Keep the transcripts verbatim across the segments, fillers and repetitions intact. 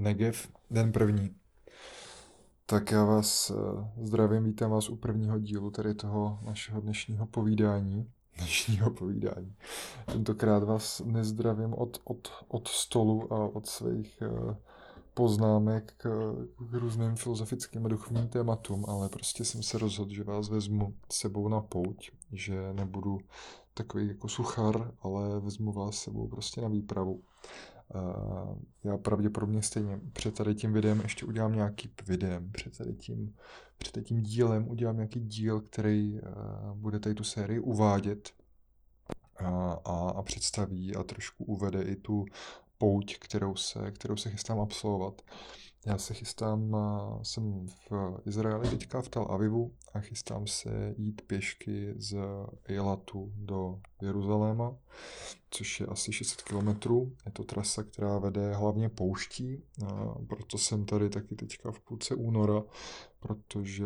Negev, den první. Tak já vás eh, zdravím, vítám vás u prvního dílu tady toho našeho dnešního povídání. Dnešního povídání. Tentokrát vás nezdravím od, od, od stolu a od svých eh, poznámek k, k různým filozofickým a duchovním tématům, ale prostě jsem se rozhodl, že vás vezmu s sebou na pouť, že nebudu takový jako suchar, ale vezmu vás s sebou prostě na výpravu. Uh, já pravděpodobně stejně před tady tím videem ještě udělám nějaký videem, před tady tím, před tady tím dílem udělám nějaký díl, který uh, bude tady tu sérii uvádět uh, a, a představí a trošku uvede i tu pouť, kterou se, kterou se chystám absolvovat. Já se chystám, jsem v Izraeli teďka v Tel Avivu a chystám se jít pěšky z Eilatu do Jeruzaléma, což je asi šest set kilometrů. Je to trasa, která vede hlavně pouští, proto jsem tady taky teďka v půlce února, protože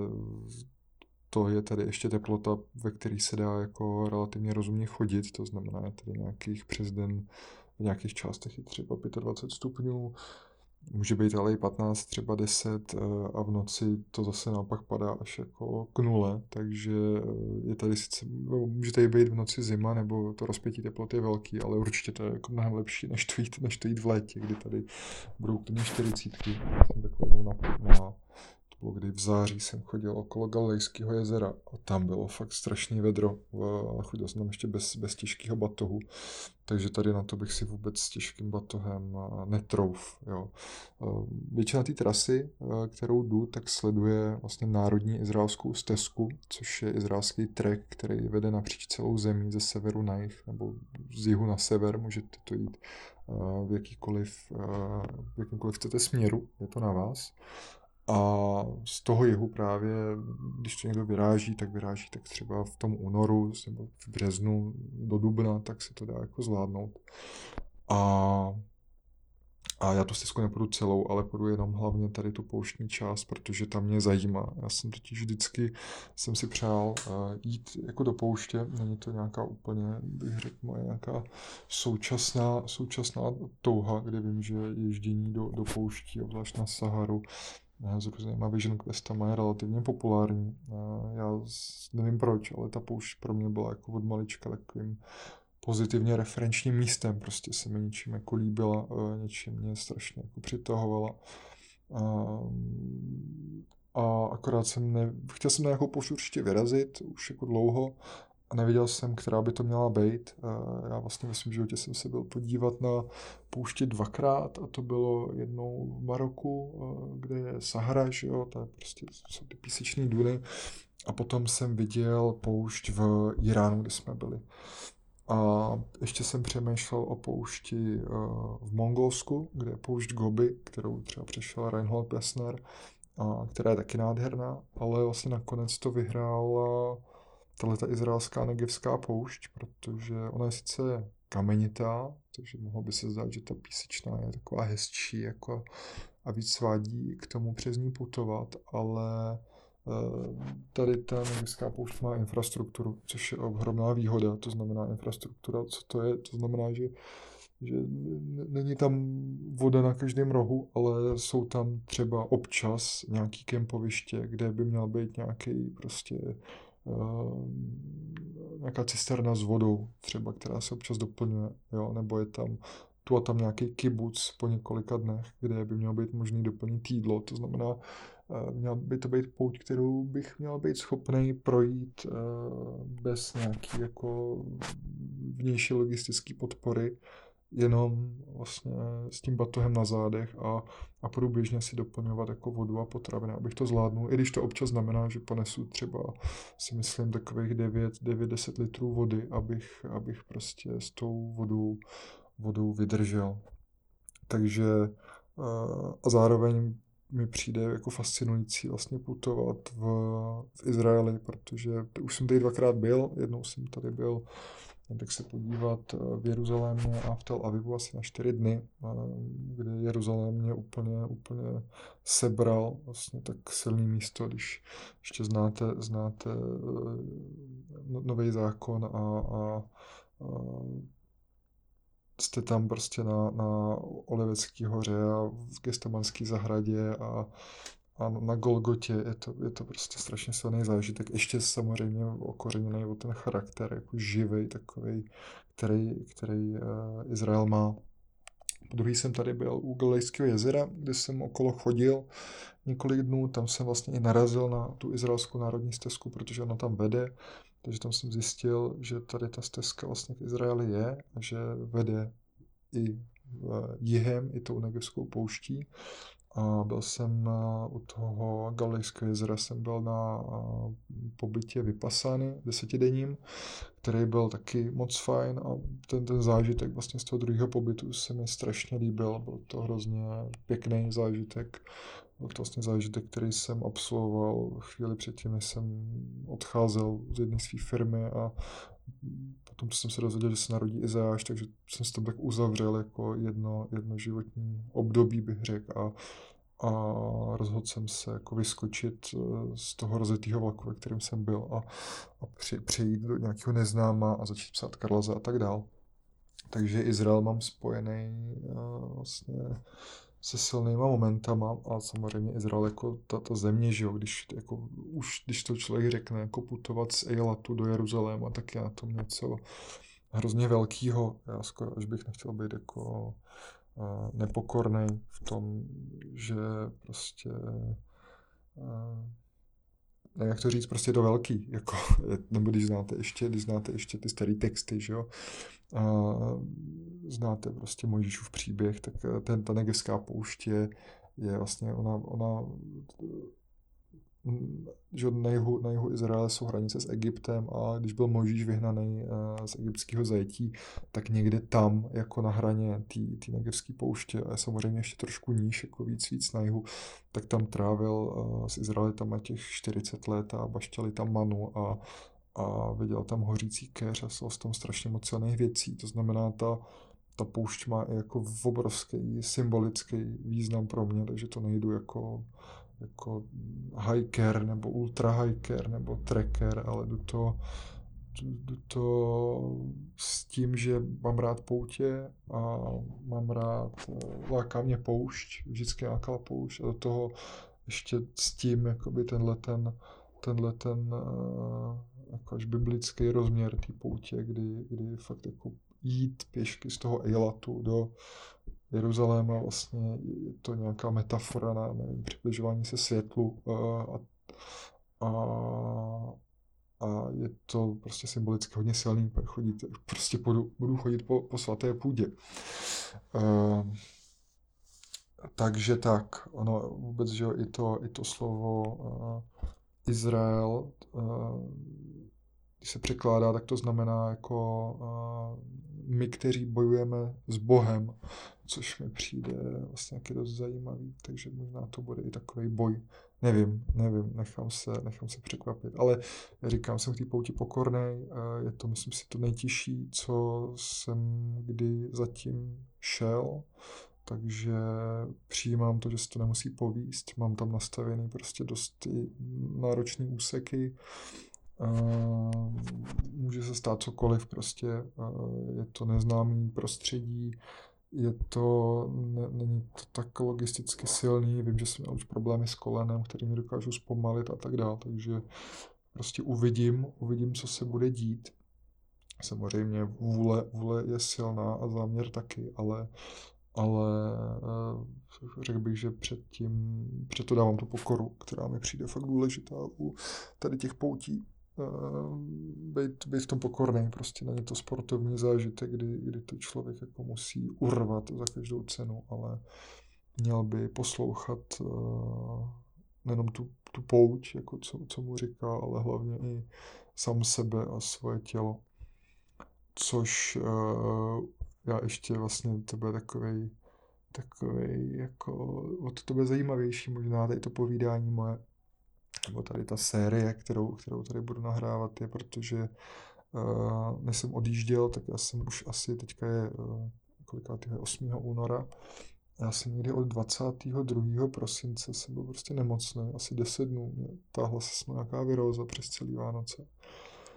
to je tady ještě teplota, ve které se dá jako relativně rozumně chodit, to znamená je tady nějakých přes den v nějakých částech je třeba dvacet pět stupňů, může být ale i patnáct, třeba deset a v noci to zase naopak padá až jako k nule, takže je tady sice, no, může tady být v noci zima, nebo to rozpětí teploty je velký, ale určitě to je jako mnohem lepší, než to jít, než to jít v létě, kdy tady budou klidně čtyřicítky. Jsem takhle jednou na, na to bylo, kdy v září jsem chodil okolo Galilejského jezera a tam bylo fakt strašný vedro, ale chodil jsem tam ještě bez, bez těžkého batohu, takže tady na to bych si vůbec s těžkým batohem netrouf. Jo. Většina té trasy, kterou jdu, tak sleduje vlastně národní izraelskou stezku, což je izraelský trek, který vede napříč celou zemí ze severu na jih, nebo z jihu na sever, můžete to jít v jakýkoliv, v jakýmkoliv chcete směru, je to na vás. A z toho jihu právě, když to někdo vyráží, tak vyráží tak třeba v tom únoru nebo v březnu do dubna, tak se to dá jako zvládnout. A, a já tu stezku nepůjdu celou, ale půjdu jenom hlavně tady tu pouštní část, protože tam mě zajímá. Já jsem totiž vždycky jsem si přál uh, jít jako do pouště, není to nějaká úplně, bych řekl, moje nějaká současná, současná touha, kde vím, že ježdění do, do pouští, obzvlášť na Saharu, s různýma vision questama je relativně populární. Já nevím proč, ale ta poušť pro mě byla jako od malička takovým pozitivně referenčním místem. Prostě se mi něčím jako líbila, něčím mě strašně jako přitahovala. A akorát jsem ne... chtěl jsem na nějakou poušť určitě vyrazit, už jako dlouho, a nevěděl jsem, která by to měla být. Já vlastně ve svém životě jsem se byl podívat na pouště dvakrát a to bylo jednou v Maroku, kde je Sahara, že jo, to je prostě, jsou ty písečné duny. A potom jsem viděl poušť v Iránu, kde jsme byli. A ještě jsem přemýšlel o poušti v Mongolsku, kde je poušť Gobi, kterou třeba přešel Reinhold Plessner, a která je taky nádherná, ale vlastně nakonec to vyhrála tahleta izraelská negevská poušť, protože ona je sice kamenitá, takže mohlo by se zdát, že ta písečná je taková hezčí jako a víc svádí k tomu přes ní putovat, ale tady ta negevská poušť má infrastrukturu, což je ohromná výhoda, to znamená infrastruktura, co to je, to znamená, že že není tam voda na každém rohu, ale jsou tam třeba občas nějaký kempoviště, kde by měl být nějaký prostě uh, nějaká cisterna s vodou, třeba, která se občas doplňuje, jo, nebo je tam tu a tam nějaký kibuc po několika dnech, kde by mělo být možný doplnit jídlo, to znamená, uh, měla by to být pouť, kterou bych měl být schopný projít uh, bez nějaký jako vnější logistické podpory, jenom vlastně s tím batohem na zádech a, a průběžně si doplňovat jako vodu a potraviny, abych to zvládnul, i když to občas znamená, že ponesu třeba, si myslím, takových devět deset litrů vody, abych, abych prostě s tou vodou, vodou vydržel. Takže a zároveň mi přijde jako fascinující vlastně putovat v, v Izraeli, protože už jsem tady dvakrát byl, jednou jsem tady byl tak se podívat v Jeruzalémě a v Tel Avivu asi na čtyři dny, kde Jeruzalém mě úplně, úplně sebral, vlastně tak silný místo, když ještě znáte, znáte Nový zákon a, a, a jste tam prostě na, na Olivecké hoře a v Gestemanské zahradě a, a na Golgotě, je to, je to prostě strašně silný zážitek. Ještě samozřejmě okořeněný o ten charakter, jako živej takový, který, který uh, Izrael má. Po druhý jsem tady byl u Galilejského jezera, kde jsem okolo chodil několik dnů, tam jsem vlastně i narazil na tu izraelskou národní stezku, protože ona tam vede, takže tam jsem zjistil, že tady ta stezka vlastně v Izraeli je a že vede i jihem, i tou Negevskou pouští. A byl jsem u toho Galilejského jezera, jsem byl na pobytě Vypasány desetidenním, který byl taky moc fajn a ten, ten zážitek vlastně z toho druhého pobytu se mi strašně líbil, byl to hrozně pěkný zážitek. Byl to vlastně zážitek, který jsem absolvoval chvíli předtím, než jsem odcházel z jedné své firmy a potom jsem se dozvěděl, že se narodí Izajáš, takže jsem se tam tak uzavřel jako jedno, jedno životní období, bych řekl, a, a rozhodl jsem se jako vyskočit z toho rozjetého vlaku, ve kterém jsem byl a, a při, přejít do nějakého neznáma a začít psát Karlaze a tak dál. Takže Izrael mám spojený vlastně se silnýma momentama a samozřejmě Izrael jako ta, ta země, že jo, když, jako, už když to člověk řekne, jako putovat z Eilatu do Jeruzaléma, tak je na tom něco hrozně velkýho. Já skoro až bych nechtěl být jako uh, nepokornej v tom, že prostě uh, nevím, jak to říct, prostě je to velký, jako, nebo když znáte ještě, když znáte ještě ty starý texty, že jo, a znáte prostě Mojžíšův příběh, tak ten, ta Negevská poušť je, je vlastně, ona, ona že na jihu, na jihu Izraele jsou hranice s Egyptem a když byl Mojžíš vyhnaný z egyptského zajetí, tak někde tam, jako na hraně té Negevské pouště a samozřejmě ještě trošku níž, jako víc, víc na jihu, tak tam trávil s Izraelitama těch čtyřicet let a baštěli tam manu a, a viděl tam hořící keř a jsou v tom strašně moc silných věcí. To znamená, ta, ta poušť má i jako obrovský symbolický význam pro mě, takže to nejdu jako jako hiker nebo ultra hiker nebo trekker, ale jdu to, jdu to s tím, že mám rád poutě a mám rád, láká mě poušť, vždycky lákala poušť a do toho ještě s tím jakoby tenhle ten, tenhle ten jako až biblický rozměr té poutě, kdy, kdy fakt jako jít pěšky z toho Eilatu do Jeruzaléma, vlastně je to nějaká metafora na, nevím, přibližování se světlu a, a, a je to prostě symbolicky hodně silný, chodit, prostě budu, budu chodit po, po svaté půdě. Uh, takže tak, ono vůbec, že i to, i to slovo uh, Izrael, uh, když se překládá, tak to znamená jako uh, my, kteří bojujeme s Bohem, což mi přijde vlastně taky dost zajímavý, takže možná to bude i takový boj. Nevím, nevím, nechám se, nechám se překvapit, ale já říkám, jsem v té pouti pokornej, je to, myslím si, to nejtěžší, co jsem kdy zatím šel, takže přijímám to, že se to nemusí povíst, mám tam nastavený prostě dost náročný úseky, Uh, může se stát cokoliv, prostě uh, je to neznámý prostředí, je to, ne, není to tak logisticky silný, vím, že jsem měl už problémy s kolenem, který mě dokážu zpomalit a tak dále, takže prostě uvidím, uvidím, co se bude dít. Samozřejmě vůle, vůle je silná a záměr taky, ale ale uh, řekl bych, že předtím, před to dávám tu pokoru, která mi přijde fakt důležitá u tady těch poutí. Uh, být, být v tom pokorný, prostě není to sportovní zážitek, kdy, kdy to člověk jako musí urvat za každou cenu, ale měl by poslouchat uh, nejenom tu, tu pouť, jako co, co mu říká, ale hlavně i sám sebe a svoje tělo. Což uh, já ještě vlastně to bude takovej, takovej jako od tebe zajímavější možná tady to povídání moje, nebo tady ta série, kterou, kterou tady budu nahrávat, je, protože uh, než jsem odjížděl, tak já jsem už asi, teďka je uh, kolikátýho osmého února, já jsem někdy od dvacátého druhého prosince jsem byl prostě nemocný, asi deset dnů, táhla se nějaká viróza přes celý Vánoce.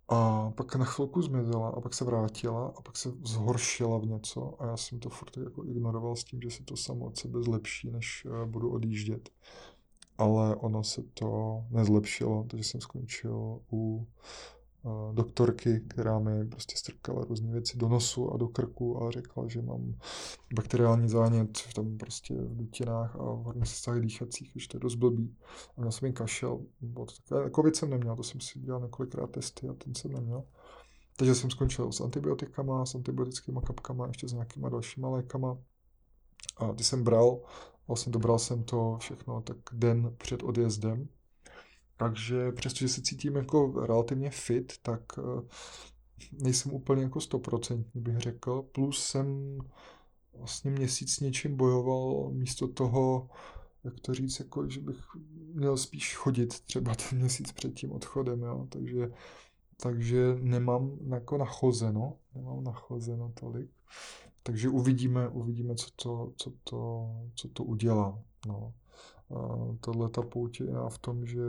A pak na chvilku zmizela a pak se vrátila a pak se zhoršila v něco a já jsem to furt jako ignoroval s tím, že se to samo od sebe zlepší, než budu odjíždět. Ale ono se to nezlepšilo, takže jsem skončil u uh, doktorky, která mi prostě strkala různé věci do nosu a do krku a řekla, že mám bakteriální zánět tam prostě v dutinách a v horních cestách dýchacích, že to je dost blbý. A měl jsem jen kašel. Covid jsem neměl, to jsem si dělal několikrát testy a ten jsem neměl. Takže jsem skončil s antibiotikama, s antibiotickými kapkama, ještě s nějakýma dalšíma lékama. A ty jsem bral, vlastně dobral jsem to všechno tak den před odjezdem. Takže přestože se cítím jako relativně fit, tak nejsem úplně jako stoprocentní, bych řekl. Plus jsem vlastně měsíc s něčím bojoval místo toho, jak to říct, jako, že bych měl spíš chodit třeba ten měsíc před tím odchodem, jo. Takže, takže nemám jako nachozeno, nemám nachozeno tolik. Takže uvidíme, uvidíme, co to, co to, co to udělá. No. Tohle ta pouť je v tom, že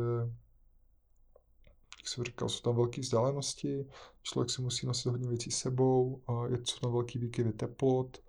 jak jsem říkal, jsou tam velké vzdálenosti, člověk si musí nosit hodně věcí sebou, je jsou tam velký výkyvy teplot,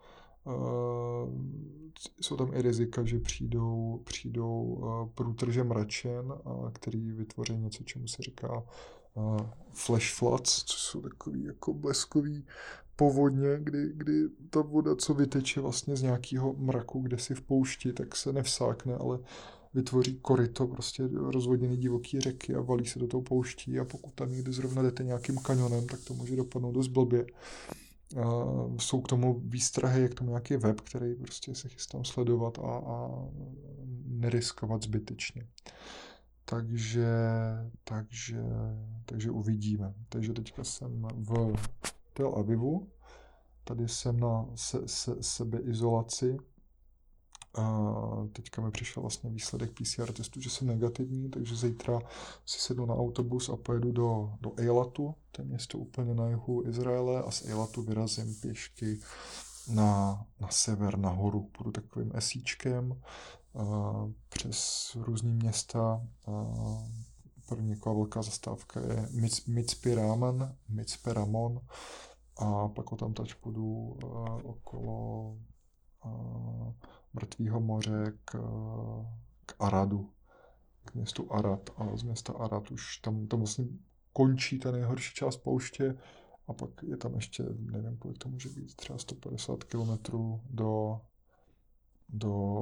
jsou tam i rizika, že přijdou, přijdou průtrže mračen, který vytvoří něco, čemu se říká flash floods, což jsou takový jako bleskový povodně, kdy, kdy ta voda, co vyteče vlastně z nějakého mraku, kde si v poušti, tak se nevsákne, ale vytvoří koryto, prostě rozvodněný divoký řeky a valí se do toho pouští a pokud tam někdy zrovna jdete nějakým kanionem, tak to může dopadnout dost blbě. Uh, jsou k tomu výstrahy, je k tomu nějaký web, který prostě se chystám sledovat a, a neriskovat zbytečně. Takže, takže, takže uvidíme. Takže teďka jsem v Tel Avivu, tady jsem na se, se, sebeizolaci. A teďka mi přišel vlastně výsledek P C R testu, že jsem negativní, takže zítra si sednu na autobus a pojedu do, do Eilatu, to je město úplně na jihu Izraele, a z Eilatu vyrazím pěšky na, na sever, nahoru. Půjdu takovým esíčkem a přes různý města. A první taková velká zastávka je Mitzpe Ramon, Mitzpe Ramon a pak o tam tač půjdu okolo Mrtvého moře k, k Aradu, k městu Arad. A z města Arad už tam, tam vlastně končí ta nejhorší část pouště a pak je tam ještě, nevím, kolik to může být, třeba sto padesát kilometrů do, do,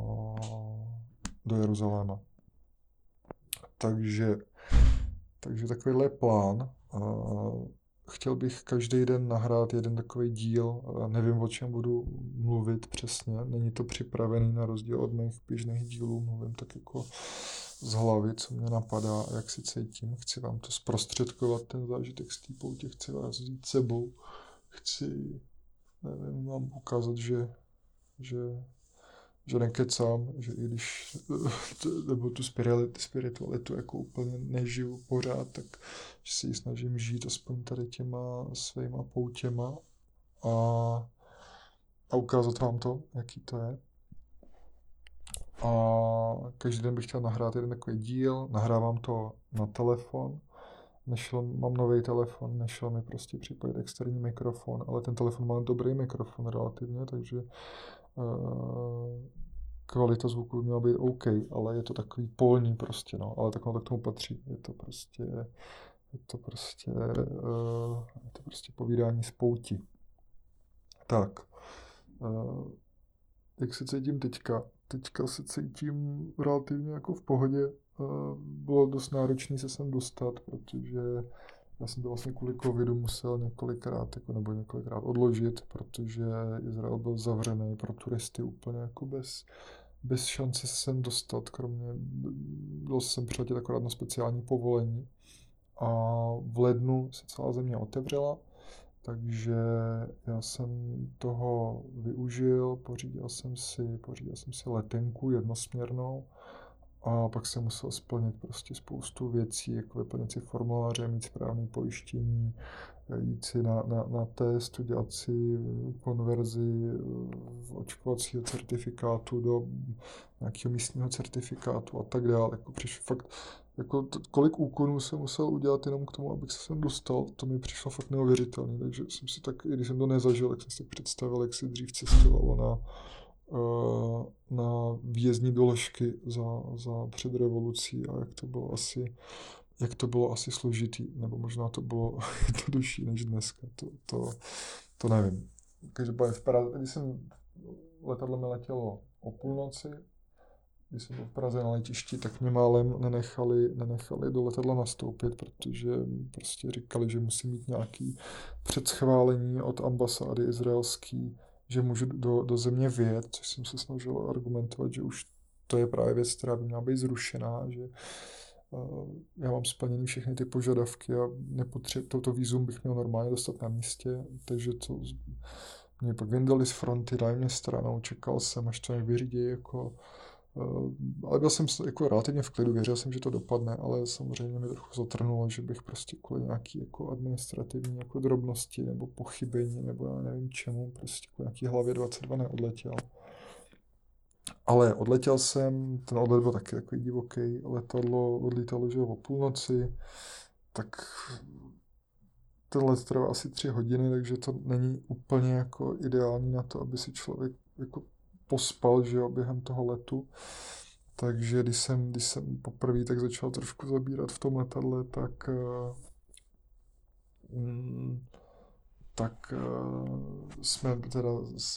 do Jeruzaléma. Takže, takže takovýhle je plán. Chtěl bych každý den nahrát jeden takový díl, nevím, o čem budu mluvit přesně, není to připravený na rozdíl od mých běžných dílů, mluvím tak jako z hlavy, co mě napadá a jak si cítím. Chci vám to zprostředkovat, ten zážitek z té poutě, chci vás vzít sebou, chci, nevím, vám ukázat, že, že, že nekecám, že i když, nebo tu spiritualitu jako úplně nežiju pořád, tak že si ji snažím žít aspoň tady těma svýma poutěma a, a ukázat vám to, jaký to je. A každý den bych chtěl nahrát jeden takový díl, nahrávám to na telefon, nešlo, mám nový telefon, nešlo mi prostě připojit externí mikrofon, ale ten telefon má dobrý mikrofon relativně, takže uh, kvalita zvuku by měla být OK, ale je to takový polní prostě, no, ale tak, no, tak k tomu patří, je to prostě, je to prostě, uh, je to prostě povídání z pouti. Tak, uh, jak se cítím teďka? Teďka se cítím relativně jako v pohodě, uh, bylo dost náročné se sem dostat, protože já jsem to vlastně kvůli covidu musel několikrát, jako, nebo několikrát odložit, protože Izrael byl zavřený pro turisty úplně jako bez, bez šance se sem dostat, kromě, bylo jsem přiletět akorát na speciální povolení. A v lednu se celá země otevřela, takže já jsem toho využil, pořídil jsem si, pořídil jsem si letenku jednosměrnou A pak jsem musel splnit prostě spoustu věcí, jako vyplnit si formuláře, mít správné pojištění, jít si na, na, na test, udělat si konverzi očkovacího certifikátu do nějakého místního certifikátu a tak dále. Jako přišlo fakt, jako t- kolik úkonů jsem musel udělat jenom k tomu, abych se sem dostal, to mi přišlo fakt neuvěřitelné, takže jsem si tak, i když jsem to nezažil, tak jsem si tak představil, jak se dřív cestovalo na na výjezdní doložky za, za před revolucí a jak to bylo asi, jak to bylo asi složitý, nebo možná to bylo jednodušší než dneska, to, to, to nevím. Každopádně v Praze, když jsem letadlo mi letělo o půlnoci, když jsem byl v Praze na letišti, tak mě málem nenechali, nenechali do letadla nastoupit, protože prostě říkali, že musím mít nějaký předschválení od ambasády izraelský, že můžu do, do země vyjet, což jsem se snažil argumentovat, že už to je právě věc, která by měla být zrušená, že uh, já mám splněný všechny ty požadavky a nepotře- toto vízum bych měl normálně dostat na místě, takže to mě pak vyndali z fronty, dali mě stranou, čekal jsem, až to nevyřídí, jako Uh, ale byl jsem jako relativně v klidu, věřil jsem, že to dopadne, ale samozřejmě mi trochu zatrnulo, že bych prostě kvůli nějaký jako administrativní jako drobnosti nebo pochybení nebo já nevím čemu, prostě kvůli nějaký hlavě dvacet dva neodletěl. Ale odletěl jsem, ten odlet byl taky takový divoký, letadlo odlítalo, že o půlnoci, tak ten let trvá asi tři hodiny, takže to není úplně jako ideální na to, aby si člověk jako pospal, že jo, během toho letu. Takže když jsem, když jsem poprvé tak začal trošku zabírat v tom letadle, tak mm, tak jsme teda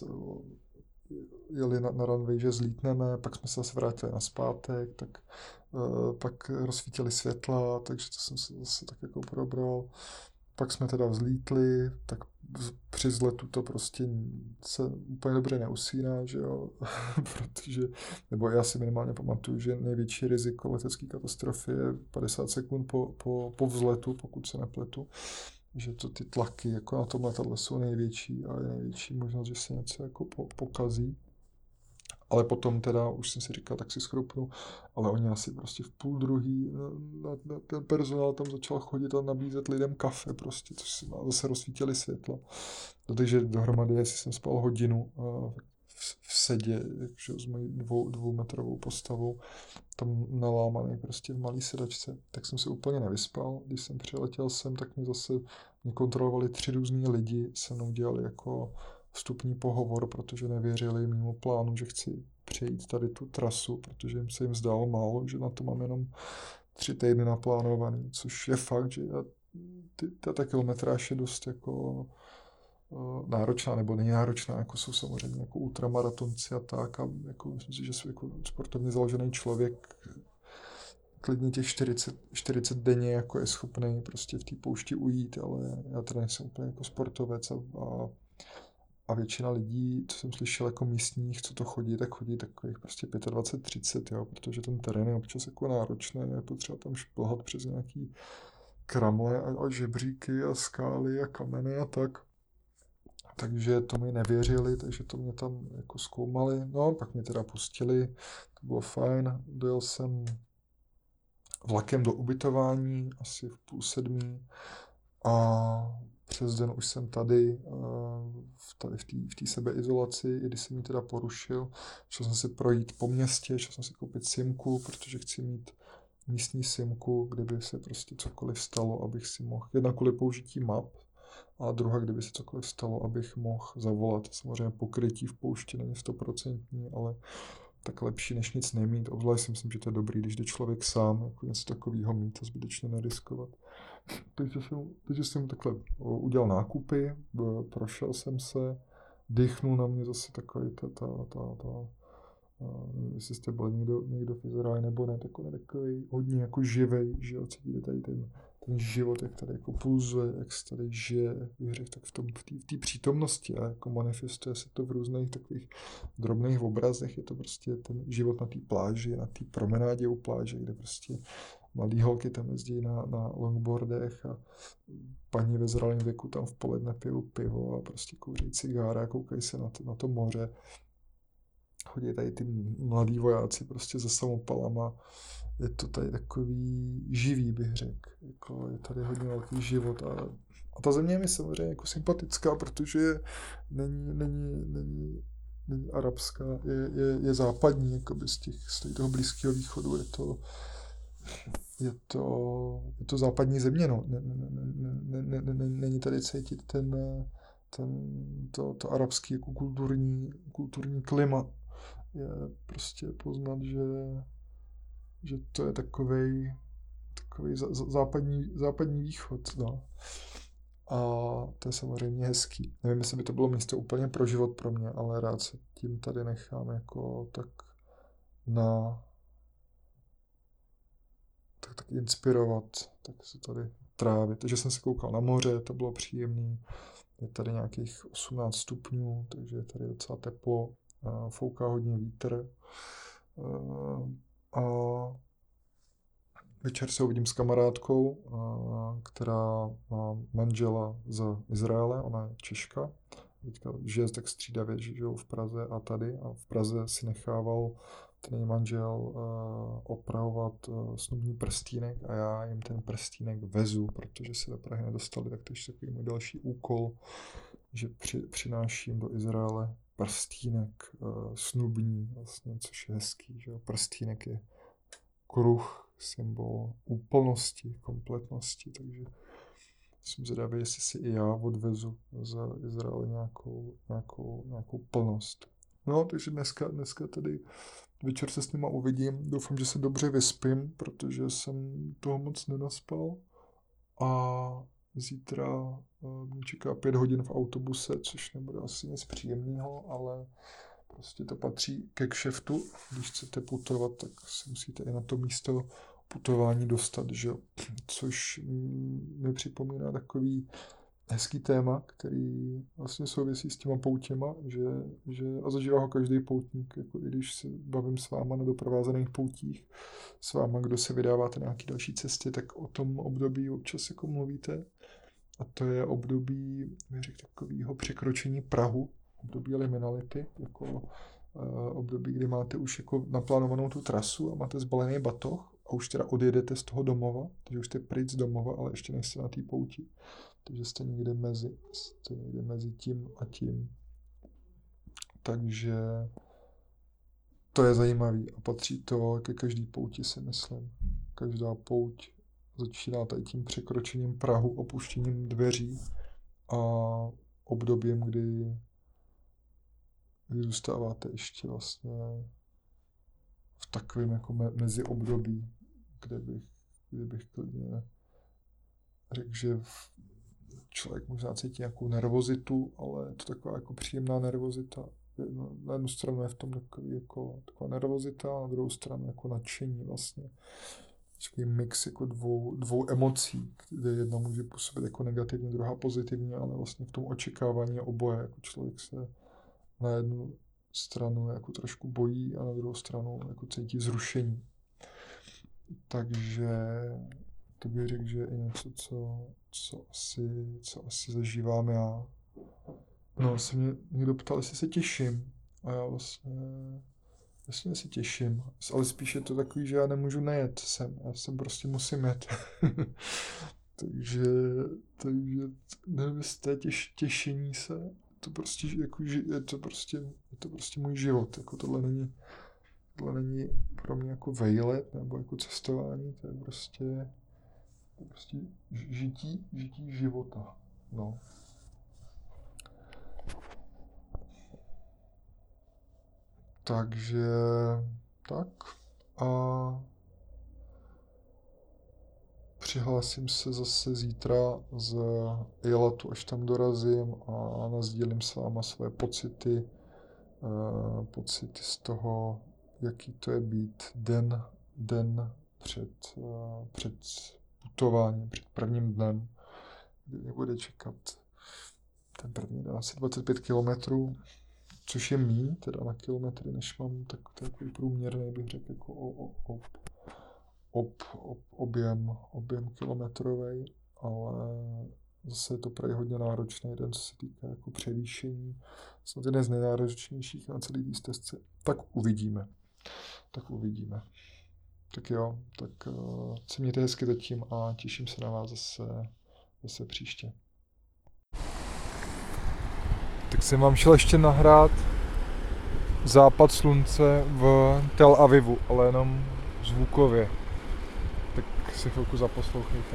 jeli na, na runway, že zlítneme, pak jsme se zase vrátili na zpátek, tak uh, pak rozsvítili světla, takže to jsem se zase tak jako probral. Pak jsme teda vzlítli, tak při vzletu to prostě se úplně dobře neusíná, že jo, protože, nebo já si minimálně pamatuju, že největší riziko letecké katastrofy je padesát sekund po, po, po vzletu, pokud se nepletu, že to ty tlaky jako na tom letadle jsou největší a je největší možnost, že se něco jako po, pokazí. Ale potom teda už jsem si říkal, tak si schrupnu, ale oni asi prostě v půl druhý na, na ten personál tam začal chodit a nabízet lidem kafe prostě, což se zase rozsvítili světla. No, takže dohromady, jestli jsem spal hodinu v, v sedě, takže s mojí dvou, dvoumetrovou postavou, tam nalámaný prostě v malý sedačce, tak jsem se úplně nevyspal. Když jsem přiletěl sem, tak mi zase mě kontrolovali tři různý lidi, se mnou dělali jako vstupní pohovor, protože nevěřili mému plánu, že chci přejít tady tu trasu, protože jim se jim zdálo málo, že na to mám jenom tři týdny naplánovaný, což je fakt, že já, ty, ta, ta kilometráž je dost jako uh, náročná, nebo není náročná, jako jsou samozřejmě jako ultramaratonci a tak, a jako myslím si, že jsem jako sportovně založený člověk, klidně těch čtyřicet, čtyřicet denně jako je schopný prostě v té poušti ujít, ale já teda nejsem úplně jako sportovec a, a A většina lidí, co jsem slyšel jako místních, co to chodí, tak chodí takových prostě dvacet pět třicet, jo, protože ten terén je občas jako náročný, je potřeba tam šplhat přes nějaký kramle a, a žebříky a skály a kameny a tak. Takže to mi nevěřili, takže to mě tam jako zkoumali. No, pak mě teda pustili, to bylo fajn. Dojel jsem vlakem do ubytování, asi v půl sedmí. A přes den už jsem tady, tady v té sebeizolaci, i když jsem ji teda porušil. Šel jsem si projít po městě, šel jsem si koupit simku, protože chci mít místní simku, kdyby se prostě cokoliv stalo, abych si mohl, jedna kvůli použití map, a druhá, kdyby se cokoliv stalo, abych mohl zavolat. Samozřejmě pokrytí v poušti není stoprocentní, ale tak lepší, než nic nemít. Obzvlášť si myslím, že to je dobrý, když jde člověk sám, jako něco takového mít a zbytečně neriskovat. Takže jsem, takže jsem takhle udělal nákupy, prošel jsem se, dýchnul na mě zase takový ta, ta, ta, ta nevím, jestli jste byl někdo, někdo v Izraeli nebo ne, takový, takový hodně jako živej, že jo, cítíte tady ten, ten život, jak tady jako pulzuje, jak se tady žije, bych řekl, tak v tom, v té přítomnosti a jako manifestuje se to v různých takových drobných obrazech, je to prostě ten život na té pláži, na té promenádě u pláže, kde prostě mladý holky tam jezdí na, na longboardech a paní ve zralém věku tam v poledne pijou pivo a prostě kouří cigára a koukají se na to, na to moře. chodí tady ty mladí vojáci prostě se samopalama. Je to tady takový živý, bych řekl. Jako je tady hodně velký život a, a ta země je mi samozřejmě jako sympatická, protože je, není, není, není, není arabská, je, je, je západní, jakoby z, těch, z toho Blízkého východu. Je to, je to, je to západní země, no. Ne, ne, ne, ne, ne, ne, není tady cítit ten, ten, to, to arabský jako kulturní, kulturní klima. Je prostě poznat, že, že to je takovej, takový západní, západní východ, no. A to je samozřejmě hezký. Nevím, jestli by to bylo místo úplně pro život pro mě, ale rád se tím tady nechám jako tak na tak, tak inspirovat, tak se tady trávit. Takže jsem se koukal na moře, to bylo příjemné. Je tady nějakých osmnáct stupňů, takže je tady docela teplo. Fouká hodně vítr. A večer se uvidím s kamarádkou, která má manžela z Izraele, ona je Češka. Teďka žije tak střídavě, že žijou v Praze a tady. A v Praze si nechával ten její manžel opravovat snubní prstínek a já jim ten prstínek vezu, protože se do Prahy nedostali, tak to je takový můj další úkol, že při, přináším do Izraele prstínek snubní, vlastně, což je hezký, že prstínek je kruh, symbol úplnosti, kompletnosti, takže jsem zvědavý, jestli si i já odvezu z Izraele nějakou, nějakou, nějakou plnost. No, takže dneska, dneska tady večer se s nima uvidím. Doufám, že se dobře vyspím, protože jsem toho moc nenaspal. A zítra mě čeká pět hodin v autobuse, což nebude asi nic příjemného, ale prostě to patří ke kšeftu. Když chcete putovat, tak si musíte i na to místo putování dostat, že? Což mi připomíná takový hezký téma, který vlastně souvisí s těma poutěma, že, že a zažívá ho každý poutník, jako i když se bavím s váma na doprovázených poutích, s váma, kdo se vydáváte na nějaké další cestě, tak o tom období občas jako mluvíte. A to je období, bych řekl, takového překročení prahu, období liminality, jako uh, období, kdy máte už jako naplánovanou tu trasu a máte zbalený batoh a už teda odjedete z toho domova, takže už jste pryč z domova, ale ještě nejste na té pouti. Takže jste někde mezi, jste někde mezi tím a tím. Takže to je zajímavý a patří to ke každý pouti, si myslím. Každá pouť začíná tady tím překročením prahu, opuštěním dveří a obdobím, kdy, kdy zůstáváte ještě vlastně v takovém jako me, mezi období, kde bych, kde bych klidně řekl, že v, člověk možná cítí nějakou nervozitu, ale je to taková jako příjemná nervozita. Na jednu stranu je v tom takový jako, taková nervozita, a na druhou stranu jako nadšení vlastně. Takový mix jako dvou, dvou emocí, kde jedna může působit jako negativně, druhá pozitivně, ale vlastně v tom očekávání oboje. Jako člověk se na jednu stranu jako trošku bojí a na druhou stranu jako cítí vzrušení. Takže to bych řekl, že je i něco, co, co, asi, co asi zažívám já. No, se mě někdo ptal, jestli se těším. A já vlastně, vlastně se těším. Ale spíš je to takový, že já nemůžu nejet sem. Já sem prostě musím jet. takže, takže nevím, jestli těš, těšení se, to prostě, jako, je, to prostě, je to prostě můj život. Jako tohle není, tohle není pro mě jako vejlet nebo jako cestování. To je prostě, to je prostě žití, žití života. No. Takže tak a přihlásím se zase zítra z Eilatu, až tam dorazím a nasdílím s váma své pocity, uh, pocity z toho, jaký to je být den, den před, uh, před putováním, před prvním dnem, kdy mě bude čekat ten první den asi dvacet pět kilometrů. Což je míň, teda na kilometry, než mám, tak takový průměrný, bych řekl, jako ob, ob, ob, ob, objem, objem kilometrovej, ale Zase je to právě hodně náročný den, co se týká jako převýšení. Snad jeden z nejnáročnějších na celý té stezce. Tak uvidíme. Tak uvidíme. Tak jo, tak uh, se mějte hezky zatím a těším se na vás zase, zase příště. Tak jsem vám šel ještě nahrát západ slunce v Tel Avivu, ale jenom zvukově. Tak si chvilku zaposlouchejte.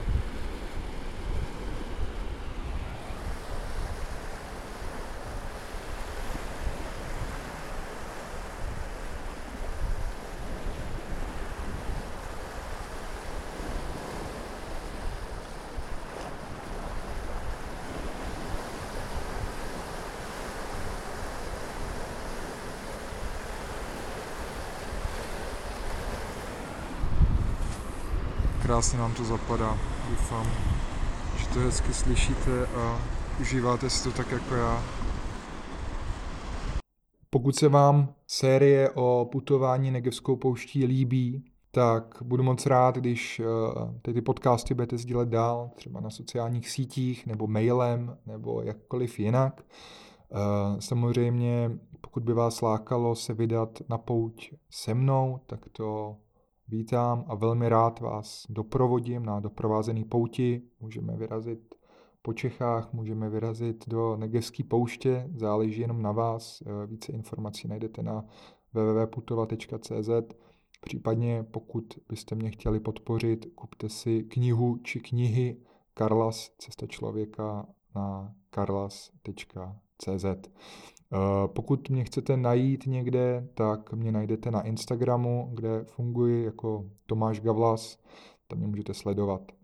Krásně nám to zapadá. Doufám, že to hezky slyšíte a užíváte si to tak jako já. Pokud se vám série o putování Negevskou pouští líbí, tak budu moc rád, když ty, ty podcasty budete sdílet dál, třeba na sociálních sítích, nebo mailem, nebo jakkoliv jinak. Samozřejmě, pokud by vás lákalo se vydat na pouť se mnou, tak to vítám a velmi rád vás doprovodím na doprovázený pouti. Můžeme vyrazit po Čechách, můžeme vyrazit do Negevské pouště, záleží jenom na vás. Více informací najdete na w w w tečka putovat tečka c z. Případně, pokud byste mě chtěli podpořit, kupte si knihu či knihy Karlas, Cesta člověka na karlas tečka c z. Pokud mě chcete najít někde, tak mě najdete na Instagramu, kde funguji jako Tomáš Gavlas, tam mě můžete sledovat.